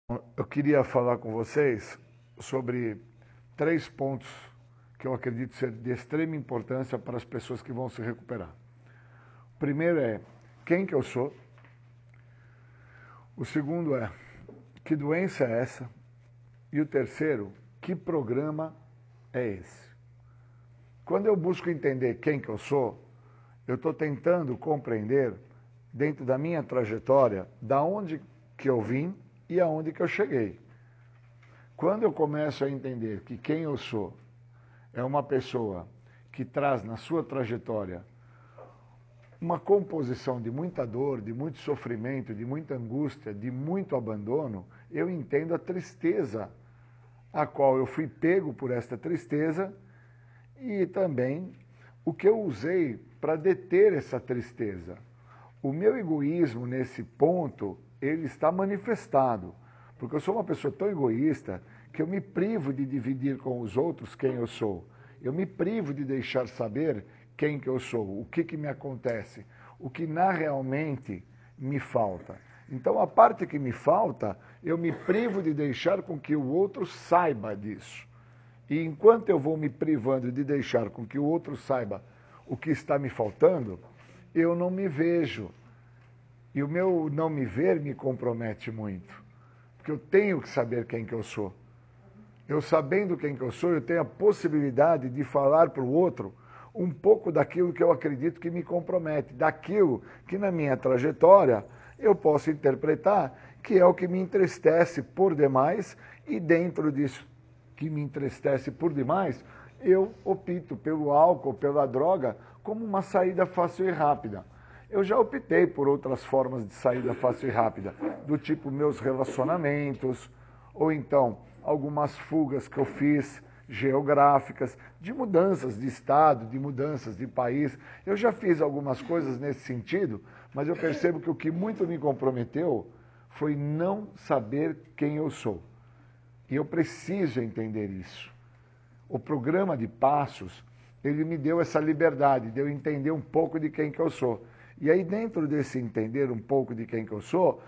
Eu queria falar com vocês sobre 3 pontos que eu acredito ser de extrema importância para as pessoas que vão se recuperar. O primeiro é quem que eu sou. O segundo é que doença é essa. E o terceiro, que programa é esse? Quando eu busco entender quem que eu sou, eu estou tentando compreender, dentro da minha trajetória, da onde que eu vim e aonde que eu cheguei. Quando eu começo a entender que quem eu sou é uma pessoa que traz na sua trajetória uma composição de muita dor, de muito sofrimento, de muita angústia, de muito abandono, eu entendo a tristeza a qual eu fui pego por esta tristeza e também o que eu usei para deter essa tristeza. O meu egoísmo nesse ponto, ele está manifestado, porque eu sou uma pessoa tão egoísta que eu me privo de dividir com os outros quem eu sou. Eu me privo de deixar saber quem que eu sou, o que me acontece, o que realmente me falta. Então, a parte que me falta, eu me privo de deixar com que o outro saiba disso. E enquanto eu vou me privando de deixar com que o outro saiba o que está me faltando, eu não me vejo. E o meu não me ver me compromete muito. Porque eu tenho que saber quem que eu sou. Eu sabendo quem que eu sou, eu tenho a possibilidade de falar para o outro um pouco daquilo que eu acredito que me compromete, daquilo que na minha trajetória eu posso interpretar que é o que me entristece por demais, e dentro disso que me entristece por demais, eu opto pelo álcool, pela droga, como uma saída fácil e rápida. Eu já optei por outras formas de saída fácil e rápida, do tipo meus relacionamentos, ou então algumas fugas que eu fiz geográficas, de mudanças de estado, de mudanças de país. Eu já fiz algumas coisas nesse sentido, mas eu percebo que o que muito me comprometeu foi não saber quem eu sou. E eu preciso entender isso. O programa de passos, ele me deu essa liberdade de eu entender um pouco de quem que eu sou. E aí, dentro desse entender um pouco de quem que eu sou,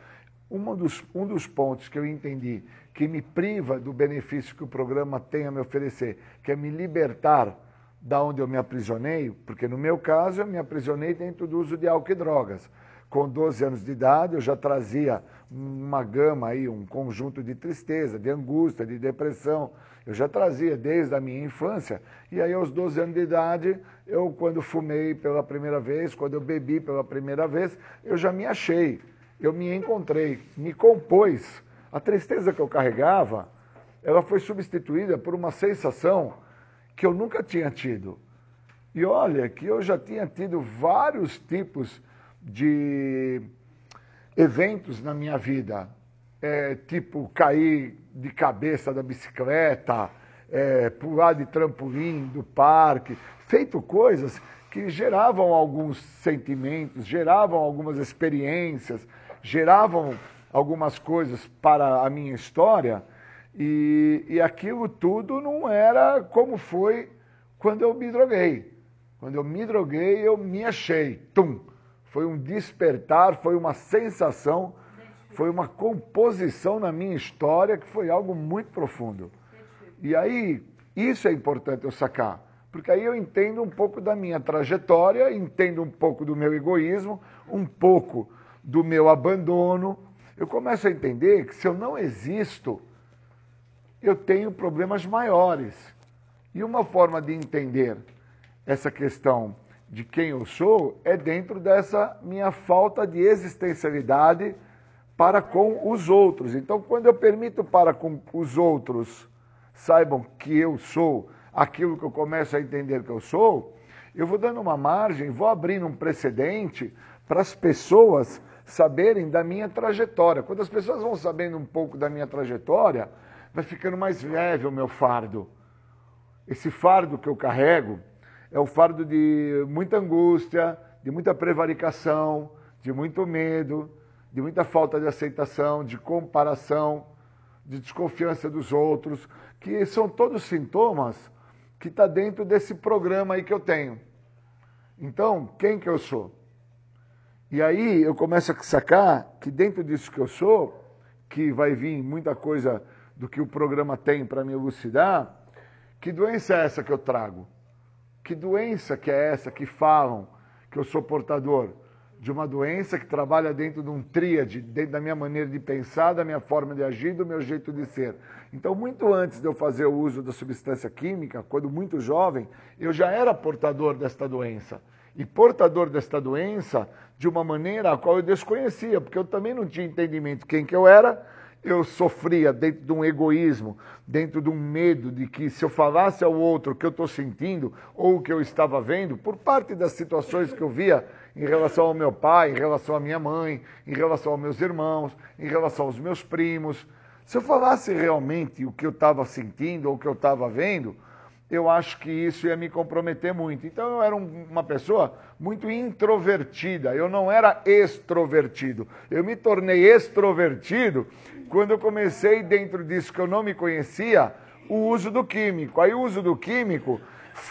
um dos pontos que eu entendi que me priva do benefício que o programa tem a me oferecer, que é me libertar da onde eu me aprisionei, porque no meu caso eu me aprisionei dentro do uso de álcool e drogas. Com 12 anos de idade eu já trazia uma gama aí, um conjunto de tristeza, de angústia, de depressão. Eu já trazia desde a minha infância. E aí aos 12 anos de idade, eu quando fumei pela primeira vez, quando eu bebi pela primeira vez, eu já me achei. Eu me encontrei, me compôs. A tristeza que eu carregava, ela foi substituída por uma sensação que eu nunca tinha tido. E olha que eu já tinha tido vários tipos de eventos na minha vida. Tipo cair de cabeça da bicicleta, pular de trampolim do parque, feito coisas que geravam alguns sentimentos, geravam algumas experiências, geravam algumas coisas para a minha história, e aquilo tudo não era como foi quando eu me droguei. Quando eu me droguei, eu me achei. Tum! Foi um despertar, foi uma sensação, foi uma composição na minha história que foi algo muito profundo. E aí, isso é importante eu sacar, porque aí eu entendo um pouco da minha trajetória, entendo um pouco do meu egoísmo, um pouco do meu abandono. Eu começo a entender que se eu não existo, eu tenho problemas maiores. E uma forma de entender essa questão de quem eu sou é dentro dessa minha falta de existencialidade para com os outros. Então, quando eu permito para com os outros saibam que eu sou aquilo que eu começo a entender que eu sou, eu vou dando uma margem, vou abrindo um precedente para as pessoas saberem da minha trajetória. Quando as pessoas vão sabendo um pouco da minha trajetória, vai ficando mais leve o meu fardo. Esse fardo que eu carrego é o fardo de muita angústia, de muita prevaricação, de muito medo, de muita falta de aceitação, de comparação, de desconfiança dos outros, que são todos sintomas que está dentro desse programa aí que eu tenho. Então, quem que eu sou? E aí eu começo a sacar que dentro disso que eu sou, que vai vir muita coisa do que o programa tem para me elucidar, que doença é essa que eu trago? Que doença que é essa que falam que eu sou portador? De uma doença que trabalha dentro de um tríade, dentro da minha maneira de pensar, da minha forma de agir, do meu jeito de ser. Então, muito antes de eu fazer o uso da substância química, quando muito jovem, eu já era portador desta doença. E portador desta doença de uma maneira a qual eu desconhecia, porque eu também não tinha entendimento de quem que eu era. Eu sofria dentro de um egoísmo, dentro de um medo de que se eu falasse ao outro o que eu estou sentindo ou o que eu estava vendo, por parte das situações que eu via em relação ao meu pai, em relação à minha mãe, em relação aos meus irmãos, em relação aos meus primos, se eu falasse realmente o que eu estava sentindo ou o que eu estava vendo, eu acho que isso ia me comprometer muito. Então eu era uma pessoa muito introvertida, eu não era extrovertido. Eu me tornei extrovertido quando eu comecei, dentro disso que eu não me conhecia, o uso do químico. Aí o uso do químico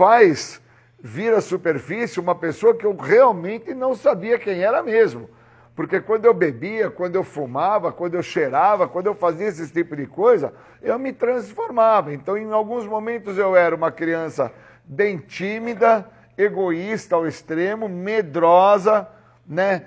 faz vir à superfície uma pessoa que eu realmente não sabia quem era mesmo. Porque quando eu bebia, quando eu fumava, quando eu cheirava, quando eu fazia esse tipo de coisa, eu me transformava. Então, em alguns momentos eu era uma criança bem tímida, egoísta ao extremo, medrosa, né,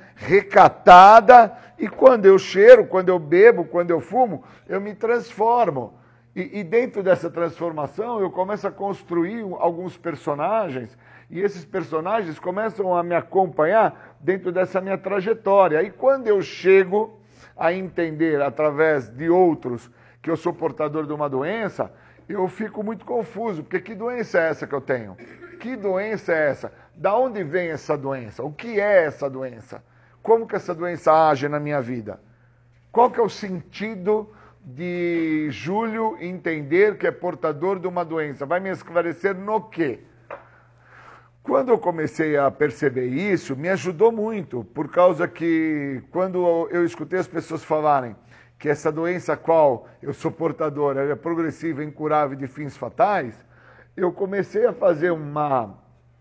recatada, e quando eu cheiro, quando eu bebo, quando eu fumo, eu me transformo. E dentro dessa transformação eu começo a construir alguns personagens, e esses personagens começam a me acompanhar dentro dessa minha trajetória. E quando eu chego a entender através de outros que eu sou portador de uma doença, eu fico muito confuso, porque que doença é essa que eu tenho? Que doença é essa? Da onde vem essa doença? O que é essa doença? Como que essa doença age na minha vida? Qual que é o sentido de Júlio entender que é portador de uma doença? Vai me esclarecer no quê? Quando eu comecei a perceber isso, me ajudou muito, por causa que quando eu escutei as pessoas falarem que essa doença a qual eu sou portador é progressiva, incurável e de fins fatais, eu comecei a fazer uma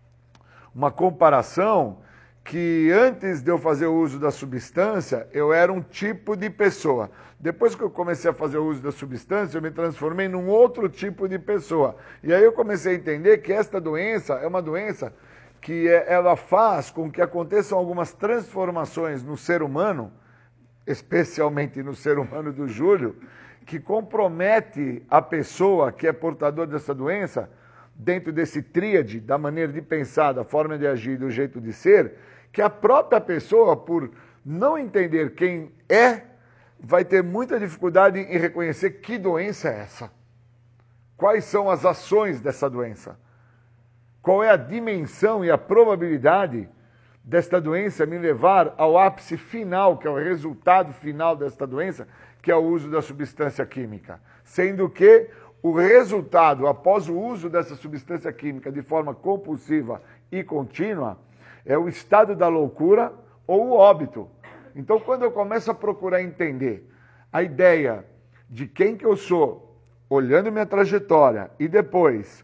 comparação que antes de eu fazer o uso da substância, eu era um tipo de pessoa. Depois que eu comecei a fazer o uso da substância, eu me transformei num outro tipo de pessoa. E aí eu comecei a entender que esta doença é uma doença que ela faz com que aconteçam algumas transformações no ser humano, especialmente no ser humano do Júlio, que compromete a pessoa que é portador dessa doença, dentro desse tríade da maneira de pensar, da forma de agir, do jeito de ser, que a própria pessoa, por não entender quem é, vai ter muita dificuldade em reconhecer que doença é essa. Quais são as ações dessa doença? Qual é a dimensão e a probabilidade desta doença me levar ao ápice final, que é o resultado final desta doença, que é o uso da substância química. Sendo que o resultado, após o uso dessa substância química de forma compulsiva e contínua, é o estado da loucura ou o óbito. Então, quando eu começo a procurar entender a ideia de quem que eu sou, olhando minha trajetória, e depois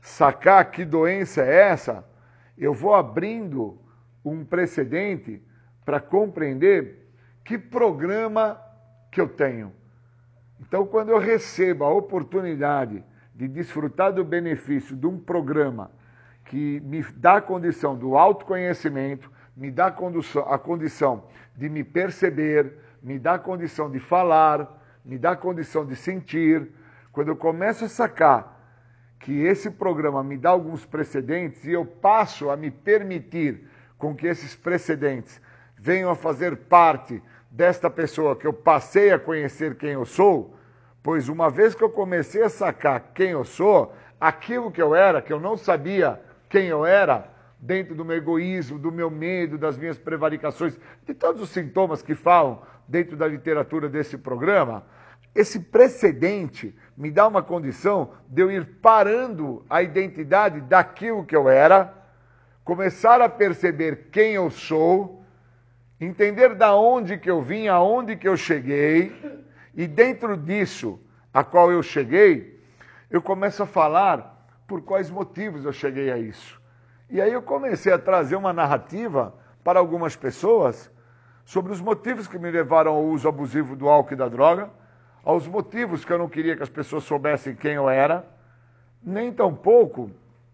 sacar que doença é essa, eu vou abrindo um precedente para compreender que programa que eu tenho. Então, quando eu recebo a oportunidade de desfrutar do benefício de um programa que me dá a condição do autoconhecimento, me dá a condição de me perceber, me dá a condição de falar, me dá a condição de sentir, quando eu começo a sacar que esse programa me dá alguns precedentes e eu passo a me permitir com que esses precedentes venham a fazer parte desta pessoa que eu passei a conhecer quem eu sou, pois uma vez que eu comecei a sacar quem eu sou, aquilo que eu era, que eu não sabia quem eu era, dentro do meu egoísmo, do meu medo, das minhas prevaricações, de todos os sintomas que falam dentro da literatura desse programa, esse precedente me dá uma condição de eu ir parando a identidade daquilo que eu era, começar a perceber quem eu sou, entender da onde que eu vim, aonde que eu cheguei, e dentro disso, a qual eu cheguei, eu começo a falar por quais motivos eu cheguei a isso. E aí eu comecei a trazer uma narrativa para algumas pessoas sobre os motivos que me levaram ao uso abusivo do álcool e da droga, aos motivos que eu não queria que as pessoas soubessem quem eu era, nem tampouco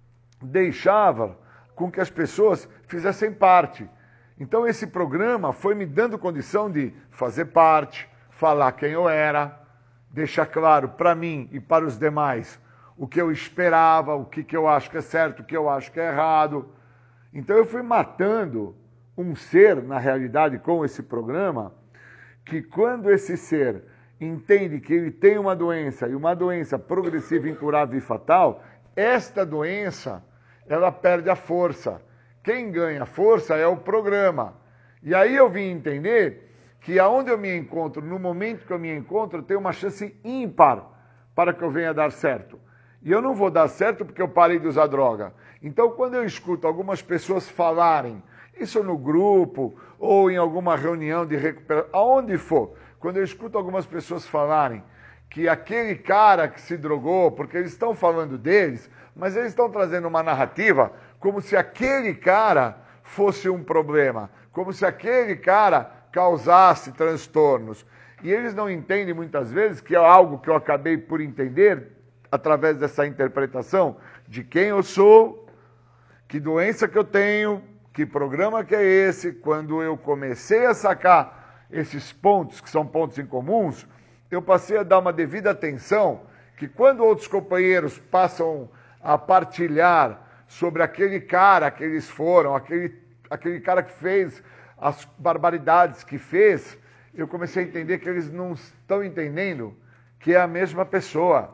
deixava com que as pessoas fizessem parte. Então esse programa foi me dando condição de fazer parte, falar quem eu era, deixar claro para mim e para os demais o que eu esperava, o que eu acho que é certo, o que eu acho que é errado. Então eu fui matando um ser, na realidade, com esse programa, que quando esse ser entende que ele tem uma doença, e uma doença progressiva, incurável e fatal, esta doença, ela perde a força. Quem ganha força é o programa. E aí eu vim entender que aonde eu me encontro, no momento que eu me encontro, eu tenho uma chance ímpar para que eu venha dar certo. E eu não vou dar certo porque eu parei de usar droga. Então, quando eu escuto algumas pessoas falarem, isso no grupo, ou em alguma reunião de recuperação, aonde for, quando eu escuto algumas pessoas falarem que aquele cara que se drogou, porque eles estão falando deles, mas eles estão trazendo uma narrativa como se aquele cara fosse um problema, como se aquele cara causasse transtornos. E eles não entendem muitas vezes, que é algo que eu acabei por entender, através dessa interpretação de quem eu sou, que doença que eu tenho, que programa que é esse. Quando eu comecei a sacar esses pontos, que são pontos incomuns, eu passei a dar uma devida atenção, que quando outros companheiros passam a partilhar sobre aquele cara que eles foram, aquele cara que fez as barbaridades que fez, eu comecei a entender que eles não estão entendendo que é a mesma pessoa.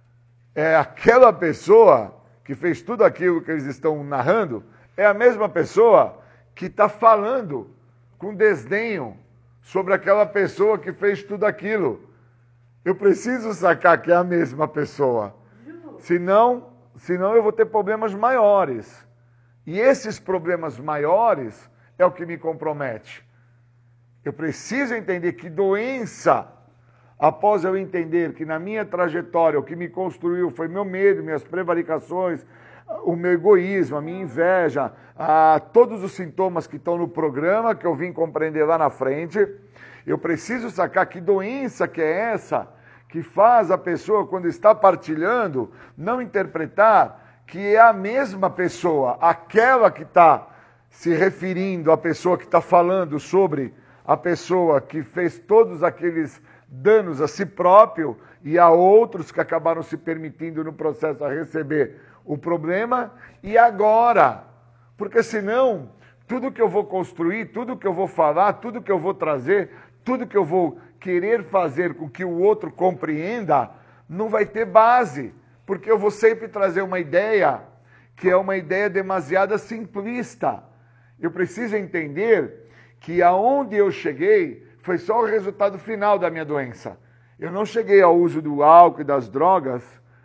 É aquela pessoa que fez tudo aquilo que eles estão narrando, é a mesma pessoa que está falando com desdenho sobre aquela pessoa que fez tudo aquilo. Eu preciso sacar que é a mesma pessoa. Senão eu vou ter problemas maiores. E esses problemas maiores é o que me compromete. Eu preciso entender que doença, após eu entender que na minha trajetória o que me construiu foi meu medo, minhas prevaricações, o meu egoísmo, a minha inveja, todos os sintomas que estão no programa, que eu vim compreender lá na frente, eu preciso sacar que doença que é essa que faz a pessoa, quando está partilhando, não interpretar que é a mesma pessoa, aquela que está se referindo à pessoa que está falando sobre a pessoa que fez todos aqueles danos a si próprio e a outros que acabaram se permitindo no processo a receber o problema. E agora, porque senão tudo que eu vou construir, tudo que eu vou falar, tudo que eu vou trazer, tudo que eu vou querer fazer com que o outro compreenda, não vai ter base, porque eu vou sempre trazer uma ideia que é uma ideia demasiado simplista. Eu preciso entender que aonde eu cheguei foi só o resultado final da minha doença. Eu não cheguei ao uso do álcool e das drogas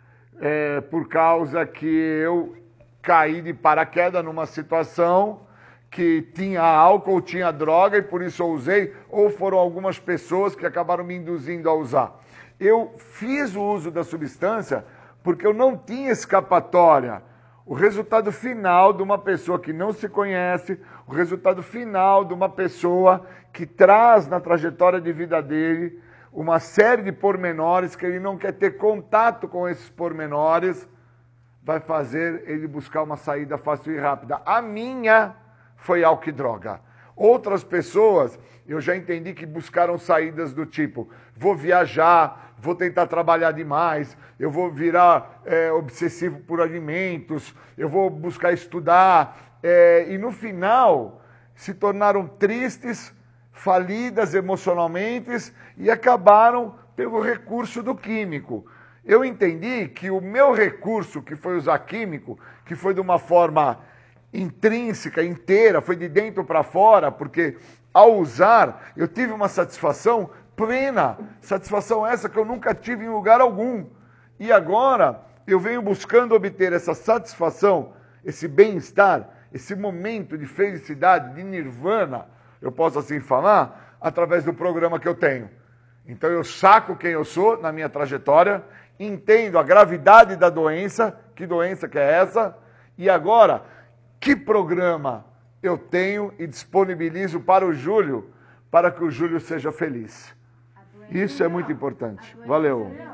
por causa que eu caí de paraquedas numa situação que tinha álcool ou tinha droga e por isso eu usei, ou foram algumas pessoas que acabaram me induzindo a usar. Eu fiz o uso da substância porque eu não tinha escapatória. O resultado final de uma pessoa que não se conhece, o resultado final de uma pessoa que traz na trajetória de vida dele uma série de pormenores que ele não quer ter contato com esses pormenores, vai fazer ele buscar uma saída fácil e rápida. A minha foi álcool e droga. Outras pessoas, eu já entendi que buscaram saídas do tipo, vou viajar, vou tentar trabalhar demais, eu vou virar obsessivo por alimentos, eu vou buscar estudar, e no final se tornaram tristes, falidas emocionalmente e acabaram pelo recurso do químico. Eu entendi que o meu recurso, que foi usar químico, que foi de uma forma intrínseca, inteira, foi de dentro para fora, porque ao usar eu tive uma satisfação plena, satisfação essa que eu nunca tive em lugar algum. E agora eu venho buscando obter essa satisfação, esse bem-estar, esse momento de felicidade, de nirvana, eu posso assim falar, através do programa que eu tenho. Então eu saco quem eu sou na minha trajetória, entendo a gravidade da doença, que doença que é essa, e agora, que programa eu tenho e disponibilizo para o Júlio, para que o Júlio seja feliz. Isso é muito importante. Valeu.